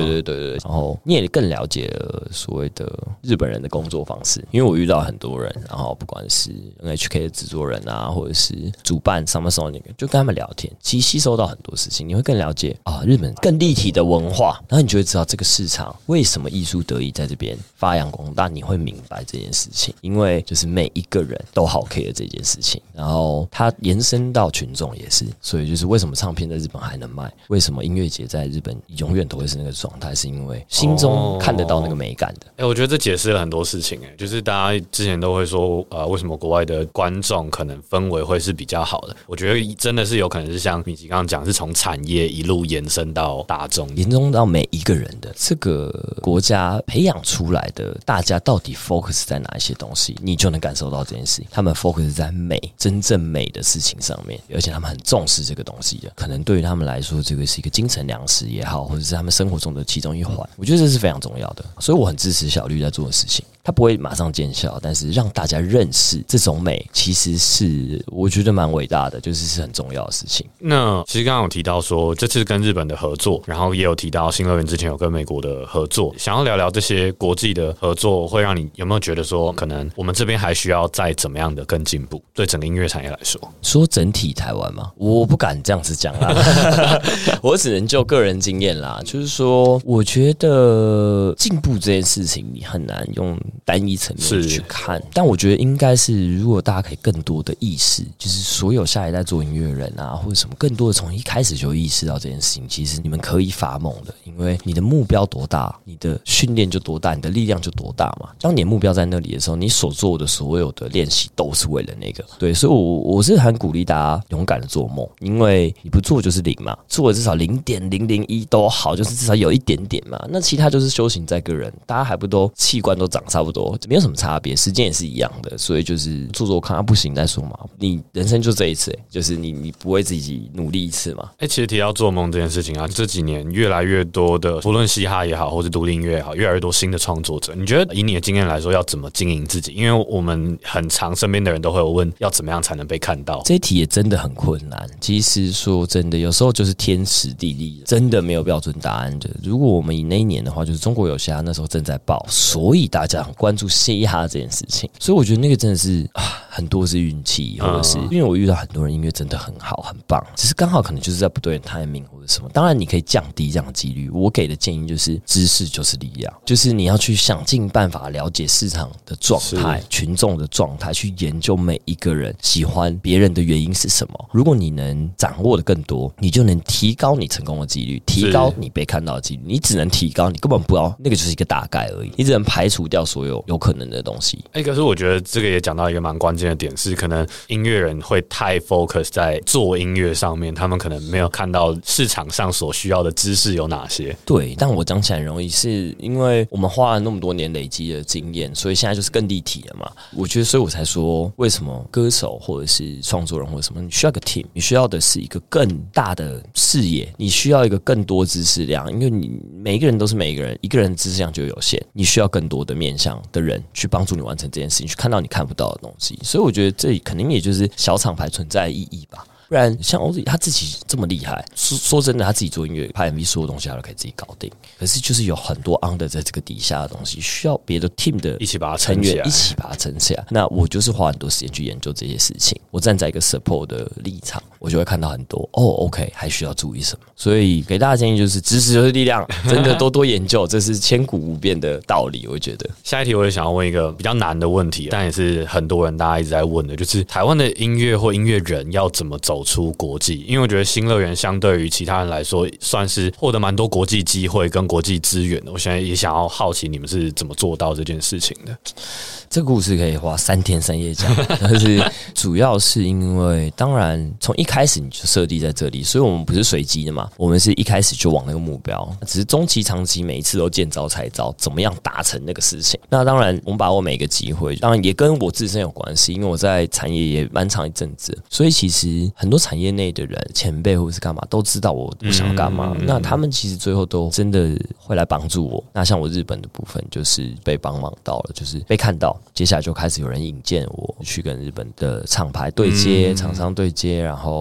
对，然后你也更了解了所谓的日本人的工作方式，因为我遇到很多人，然后不管是 N H K 的制作人啊，或者是主办 Summer Sonic， 就跟他们聊天，其实吸收到很多事情，你会更了解啊日本更立体的文化，然后你就会知道这个市场为什么艺术得以在这边发扬光大，你会明白这件事情，因为就是每一个人都好 care 这件事情，然后它延伸到群众也是，所以就是为什么唱片在日本还能卖，为什么音乐节在日本永远都会是那个状态，是因为心中看得到那个美感的。 哎、欸，我觉得这解释了很多事情、欸，哎，就是大家之前都会说，呃，为什么国外的观众可能氛围会是比较好的？我觉得真的是有可能是像米奇刚刚讲，是从产业一路延伸到大众， 延伸到每一个人的这个国家培养出来的，大家到底 focus 在哪一些东西，你就能感受到这件事情。他们 focus 在美，真正美的事情上面，而且他们很重视这个东西的。可能对于他们来说，这个是一个精神粮食也好，或者是他们生活中的其中一环。我觉得这是非常重要的，所以我很支持小绿在做的事情。它不会马上见效，但是让大家认识这种美，其实是我觉得蛮伟大的，就是是很重要的事情。 那其实刚刚有提到说这次跟日本的合作，然后也有提到新乐园之前有跟美国的合作，想要聊聊这些国际的合作，会让你有没有觉得说，可能我们这边还需要再怎么样的更进步？对整个音乐产业来说， 说整体台湾嘛，我不敢这样子讲啦，我只能就个人经验啦，就是说，我觉得进步这件事情，你很难用单一层面去看，但我觉得应该是，如果大家可以更多的意识，就是所有下一代做音乐人啊，或者什么，更多的从一开始就意识到这件事情，其实你们可以发梦的，因为你的目标多大，你的训练就多大，你的力量就多大嘛。当你的目标在那里的时候，你所做的所有的练习都是为了那个。对，所以我我是很鼓励大家勇敢的做梦，因为你不做就是零嘛，做了至少零点零零一都好，就是至少有一点点嘛。那其他就是修行在个人，大家还不都器官都长差不多，没有什么差别，时间也是一样的，所以就是做做看，啊、不行再说嘛。你人生就这一次、欸，就是你你不会自己努力一次嘛？ 哎、欸，其实提到做梦这件事情啊，这几年越来越多的，不论嘻哈也好，或是独立音乐也好，越来越多新的创作者。你觉得以你的经验来说，要怎么经营自己？因为我们很常身边的人都会有问，要怎么样才能被看到？ 这一题也真的很困难。其实说真的，有时候就是天时地利，真的没有标准答案的。如果我们以那一年的话，就是中国有嘻哈那时候正在爆，所以大家很关注嘻哈这件事情。所以我觉得那个真的是啊，很多是运气，或者是因为我遇到很多人音乐真的很好很棒，只是刚好可能就是在不对的 timing 或者什么。当然你可以降低这样的几率。我给的建议就是知识就是力量，就是你要去想尽办法了解市场的状态、群众的状态，去研究每一个人喜欢别人的原因是什么。如果你能掌握的更多，你就能提高你成功的几率，提高你被看到的几率。你只能提高，你根本不知道那个就是一个大概而已，你只能排除掉所有有可能的东西。 哎、欸，可是我觉得这个也讲到一个蛮关键的点，是可能音乐人会太 focus 在做音乐上面，他们可能没有看到市场上所需要的知识有哪些。 对，但我讲起来很容易，是因为我们花了那么多年累积的经验，所以现在就是更立体了嘛。我觉得，所以我才说，为什么歌手或者是创作人或者什么，你需要一个 team， 你需要的是一个更大的视野，你需要一个更多知识量，因为你每一个人都是每一个人，一个人知识量就有限，你需要更多的面向的人去帮助你完成这件事情，去看到你看不到的东西。所以我觉得这肯定也就是小厂牌存在的意义吧。不然像 O Z 他自己这么厉害，说说真的，他自己做音乐、拍 M V， 所有东西他都可以自己搞定。可是就是有很多 under 在这个底下的东西，需要别的 team 的一起把它成员一起把它撑起来。那我就是花很多时间去研究这些事情。我站在一个 support 的立场，我就会看到很多哦 ，OK， 还需要注意什么。所以给大家建议就是，知识就是力量，真的多多研究，这是千古不变的道理。我觉得。 下一题我也想要问一个比较难的问题，但也是很多人大家一直在问的，就是台湾的音乐或音乐人要怎么走出国际？因为我觉得新乐园相对于其他人来说，算是获得蛮多国际机会跟国际资源的。我现在也想要好奇你们是怎么做到这件事情的。 这个故事可以花三天三夜讲，但是主要是因为，当然从一开始你就设定在这里，所以我们不是随机的嘛，我们是一开始就往那个目标，只是中期、长期每一次都见招拆招，怎么样达成那个事情。那当然，我们把握每一个机会，当然也跟我自身有关系，因为我在产业也蛮长一阵子，所以其实很多产业内的人、前辈或是干嘛都知道我我想要干嘛、嗯，那他们其实最后都真的会来帮助我。那像我日本的部分，就是被帮忙到了，就是被看到。接下来就开始有人引荐我去跟日本的厂牌对接、厂、嗯、商对接，然后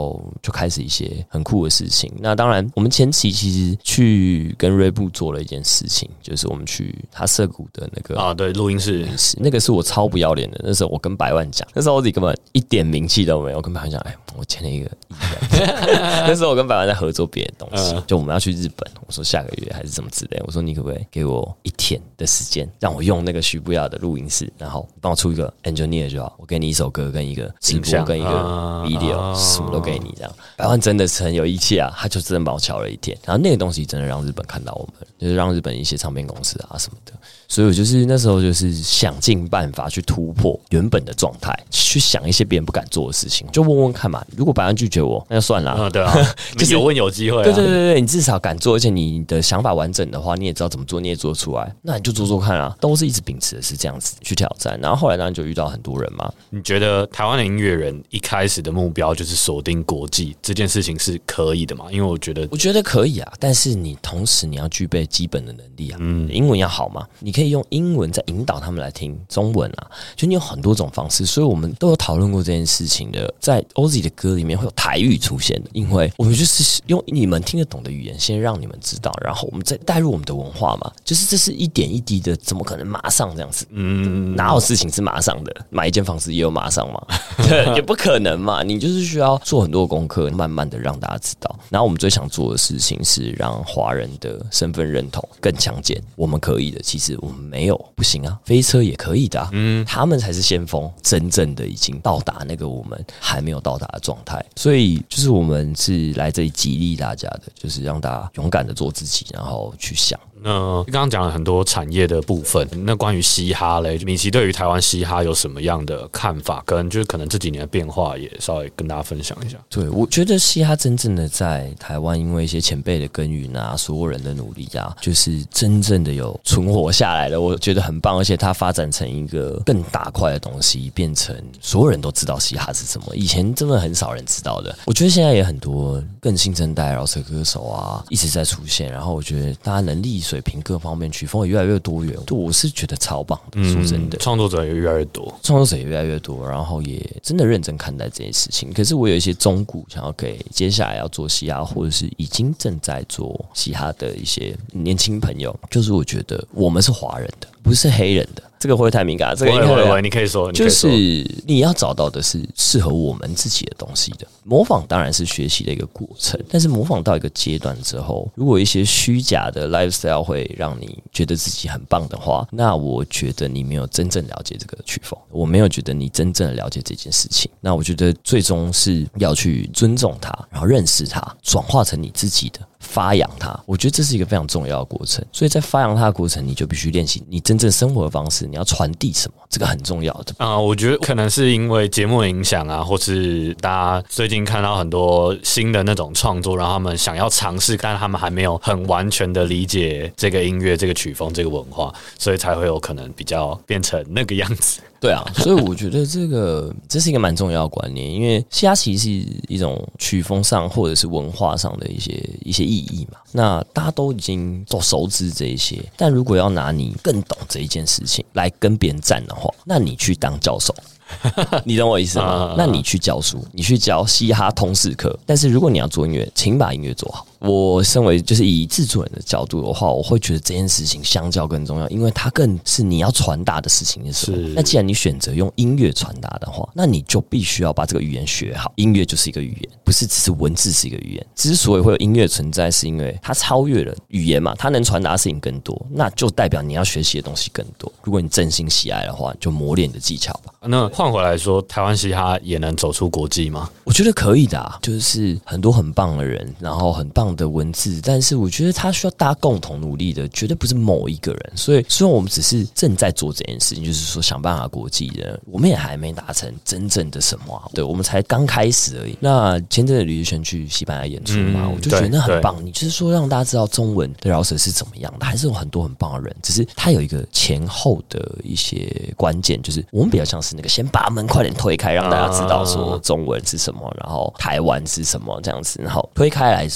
后就开始一些很酷的事情。那当然，我们前期其实去跟锐步做了一件事情，就是我们去他涩谷的那个啊，对，录音室， 那个是我超不要脸的。那时候我跟百万讲，那时候我自己根本一点名气都没有。我跟百万讲，哎，我签了一个艺人。那时候我跟百万在合作别的东西，就我们要去日本，我说下个月还是什么之类，我说你可不可以给我一天的时间，让我用那个徐布亚的录音室，然后帮我出一个 engineer 就好，我给你一首歌跟一个直播跟一个 video，、啊、什么都给你这样。百万真的是很有义气啊，他就真的帮我敲了一天，然后那个东西真的让日本看到我们，就是让日本一些唱片公司啊什么的，所以我就是那时候就是想尽办法去突破原本的状态，去想一些别人不敢做的事情，就问问看嘛。如果百万拒绝我，那就算了、啊。 嗯，对啊，就是有问有机会、啊。 对对对对，你至少敢做，而且你的想法完整的话，你也知道怎么做，你也做得出来，那你就做做看啊。都是一直秉持的是这样子去挑战，然后后来当然就遇到很多人嘛。 你觉得台湾的音乐人一开始的目标就是锁定国际这件事情是可以的吗？因为我觉得， 我觉得可以啊，但是你同时你要具备基本的能力啊，嗯，英文要好嘛，你可以用英文再引导他们来听中文啊，就你有很多种方式，所以我们都有讨论过这件事情的。在 O Z 的歌里面会有台语出现的，因为我们就是用你们听得懂的语言先让你们知道，然后我们再带入我们的文化嘛，就是这是一点一滴的，怎么可能马上这样子？嗯，哪有事情是马上的？买一间房子也有马上嘛？对，也不可能嘛。你就是需要做很多功课，慢慢的让大家知道。然后我们最想做的事情是让华人的身份认同更强健。我们可以的，其实我们没有不行啊，飞车也可以的、啊，嗯，他们才是先锋，真正的已经到达那个我们还没有到达的状态。所以就是我们是来这里激励大家的，就是让大家勇敢的做自己，然后去想。 那刚刚讲了很多产业的部分，那关于嘻哈嘞，米奇对于台湾嘻哈有什么样的看法？跟就是可能这几年的变化也稍微跟大家分享一下。 对，我觉得嘻哈真正的在台湾，因为一些前辈的耕耘啊，所有人的努力啊，就是真正的有存活下来了。我觉得很棒，而且它发展成一个更大块的东西，变成所有人都知道嘻哈是什么。以前真的很少人知道的。我觉得现在也很多更新生代饶舌歌手啊一直在出现，然后我觉得大家能力水平各方面曲风也越来越多元，对，我是觉得超棒的。说真的， 创作者也越来越多， 创作者也越来越多，然后也真的认真看待这件事情。可是我有一些忠告，想要给接下来要做嘻哈或者是已经正在做嘻哈的一些年轻朋友，就是我觉得我们是华人的，不是黑人的。这个会太敏感，这个会会会，你可以说， 就是你要找到的是适合我们自己的东西的。模仿当然是学习的一个过程，但是模仿到一个阶段之后，如果一些虚假的 lifestyle 会让你觉得自己很棒的话，那我觉得你没有真正了解这个曲风，我没有觉得你真正的了解这件事情。那我觉得最终是要去尊重它，然后认识它，转化成你自己的。发扬它，我觉得这是一个非常重要的过程。所以在发扬它的过程，你就必须练习你真正生活的方式，你要传递什么，这个很重要的。 啊、呃，我觉得可能是因为节目的影响啊，或是大家最近看到很多新的那种创作，然后他们想要尝试，但他们还没有很完全的理解这个音乐、这个曲风、这个文化，所以才会有可能比较变成那个样子。 对啊，所以我觉得这个这是一个蛮重要的观念，因为嘻哈其实是一种曲风上或者是文化上的一些一些意义嘛。那大家都已经都熟知这一些，但如果要拿你更懂这一件事情来跟别人战的话，那你去当教授。你懂我意思吗？那你去教书，你去教嘻哈通识课。但是如果你要做音乐，请把音乐做好。我身为就是以制作人的角度的话，我会觉得这件事情相较更重要，因为它更是你要传达的事情是什么。那既然你选择用音乐传达的话，那你就必须要把这个语言学好。音乐就是一个语言，不是只是文字是一个语言。之所以会有音乐存在，是因为它超越了语言嘛，它能传达的事情更多，那就代表你要学习的东西更多。如果你真心喜爱的话，就磨练你的技巧吧。 那换回来说，台湾嘻哈也能走出国际吗？ 我觉得可以的啊，就是很多很棒的人，然后很棒的文字，但是我觉得他需要大家共同努力的，绝对不是某一个人。所以虽然我们只是正在做这件事情，就是说想办法国际的，我们也还没达成真正的什么、啊，对，我们才刚开始而已。那前阵子吕玉轩去西班牙演出嘛、嗯，我就觉得那很棒。你就是说让大家知道中文的饶舌是怎么样的，还是有很多很棒的人，只是他有一个前后的一些关键，就是我们比较像是那个先把门快点推开，让大家知道说中文是什么，然后台湾是什么这样子，然后推开来之后就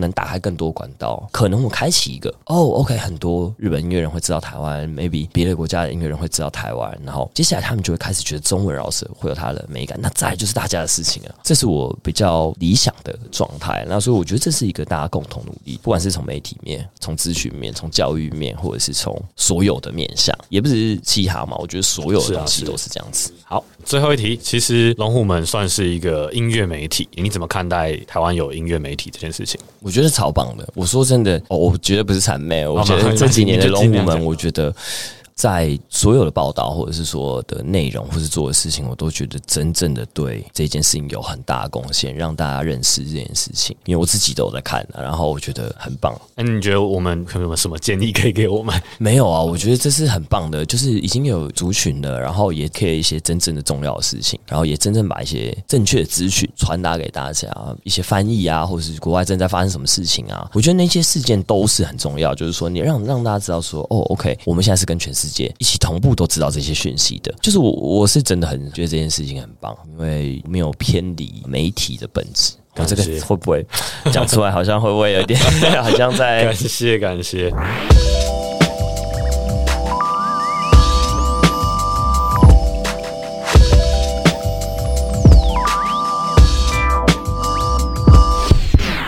能打开更多管道，可能我开启一个哦 ，OK， 很多日本音乐人会知道台湾 ，maybe 别的国家的音乐人会知道台湾，然后接下来他们就会开始觉得中文饶舌会有它的美感，那再来就是大家的事情了。这是我比较理想的状态，那所以我觉得这是一个大家共同努力，不管是从媒体面、从资讯面、从教育面，或者是从所有的面向，也不只是嘻哈嘛，我觉得所有的东西都是这样子。 好，最后一题，其实龙虎门算是一个音乐媒体，你怎么看待台湾有音乐媒体这件事情？ 我觉得超棒的。我说真的，哦，我绝对不是谄媚，我觉得这几年的龙虎门，我觉得在所有的报道或者是所有的内容或是做的事情，我都觉得真正的对这件事情有很大的贡献，让大家认识这件事情。因为我自己都有在看、啊，然后我觉得很棒。 那、欸、你觉得我们可能有什么建议可以给我们？ 没有啊，我觉得这是很棒的，就是已经有族群了，然后也可以一些真正的重要的事情，然后也真正把一些正确的资讯传达给大家，一些翻译啊，或者是国外正在发生什么事情啊，我觉得那些事件都是很重要。就是说，你让让大家知道说，哦 ，OK， 我们现在是跟全世界一起同步都知道这些讯息的。就是我我是真的很觉得这件事情很棒，因为没有偏离媒体的本质。我这个会不会讲出来，好像会不会有点好像在感谢感谢。